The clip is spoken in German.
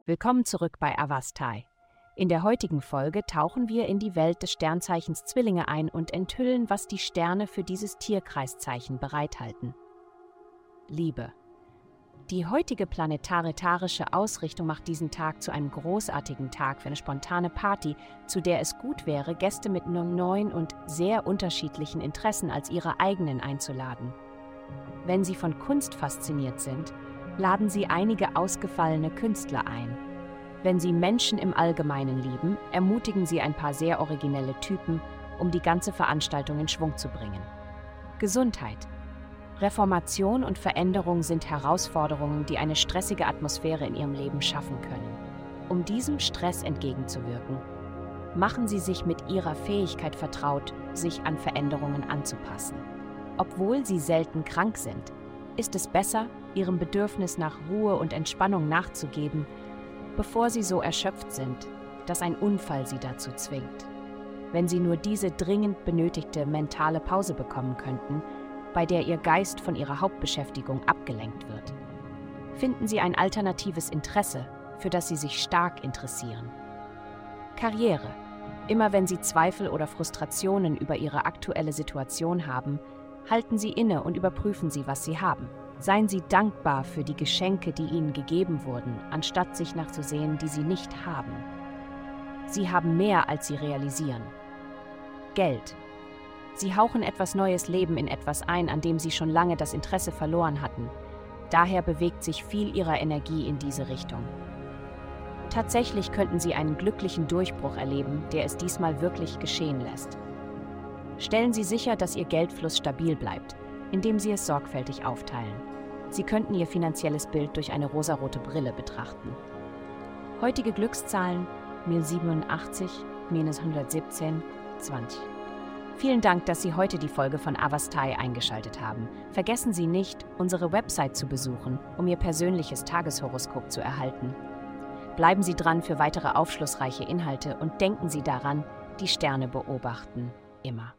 Willkommen zurück bei Avastai. In der heutigen Folge tauchen wir in die Welt des Sternzeichens Zwillinge ein und enthüllen, was die Sterne für dieses Tierkreiszeichen bereithalten. Liebe. Die heutige planetarische Ausrichtung macht diesen Tag zu einem großartigen Tag für eine spontane Party, zu der es gut wäre, Gäste mit neuen und sehr unterschiedlichen Interessen als ihre eigenen einzuladen. Wenn Sie von Kunst fasziniert sind, laden Sie einige ausgefallene Künstler ein. Wenn Sie Menschen im Allgemeinen lieben, ermutigen Sie ein paar sehr originelle Typen, um die ganze Veranstaltung in Schwung zu bringen. Gesundheit. Reformation und Veränderung sind Herausforderungen, die eine stressige Atmosphäre in Ihrem Leben schaffen können. Um diesem Stress entgegenzuwirken, machen Sie sich mit Ihrer Fähigkeit vertraut, sich an Veränderungen anzupassen. Obwohl Sie selten krank sind, ist es besser, Ihrem Bedürfnis nach Ruhe und Entspannung nachzugeben, bevor Sie so erschöpft sind, dass ein Unfall Sie dazu zwingt. Wenn Sie nur diese dringend benötigte mentale Pause bekommen könnten, bei der Ihr Geist von Ihrer Hauptbeschäftigung abgelenkt wird. Finden Sie ein alternatives Interesse, für das Sie sich stark interessieren. Karriere. Immer wenn Sie Zweifel oder Frustrationen über Ihre aktuelle Situation haben, halten Sie inne und überprüfen Sie, was Sie haben. Seien Sie dankbar für die Geschenke, die Ihnen gegeben wurden, anstatt sich nachzusehen, die Sie nicht haben. Sie haben mehr, als Sie realisieren. Geld. Sie hauchen etwas neues Leben in etwas ein, an dem Sie schon lange das Interesse verloren hatten. Daher bewegt sich viel Ihrer Energie in diese Richtung. Tatsächlich könnten Sie einen glücklichen Durchbruch erleben, der es diesmal wirklich geschehen lässt. Stellen Sie sicher, dass Ihr Geldfluss stabil bleibt, indem Sie es sorgfältig aufteilen. Sie könnten Ihr finanzielles Bild durch eine rosarote Brille betrachten. Heutige Glückszahlen: -87, -117, 20. Vielen Dank, dass Sie heute die Folge von Avastai eingeschaltet haben. Vergessen Sie nicht, unsere Website zu besuchen, um Ihr persönliches Tageshoroskop zu erhalten. Bleiben Sie dran für weitere aufschlussreiche Inhalte und denken Sie daran, die Sterne beobachten immer.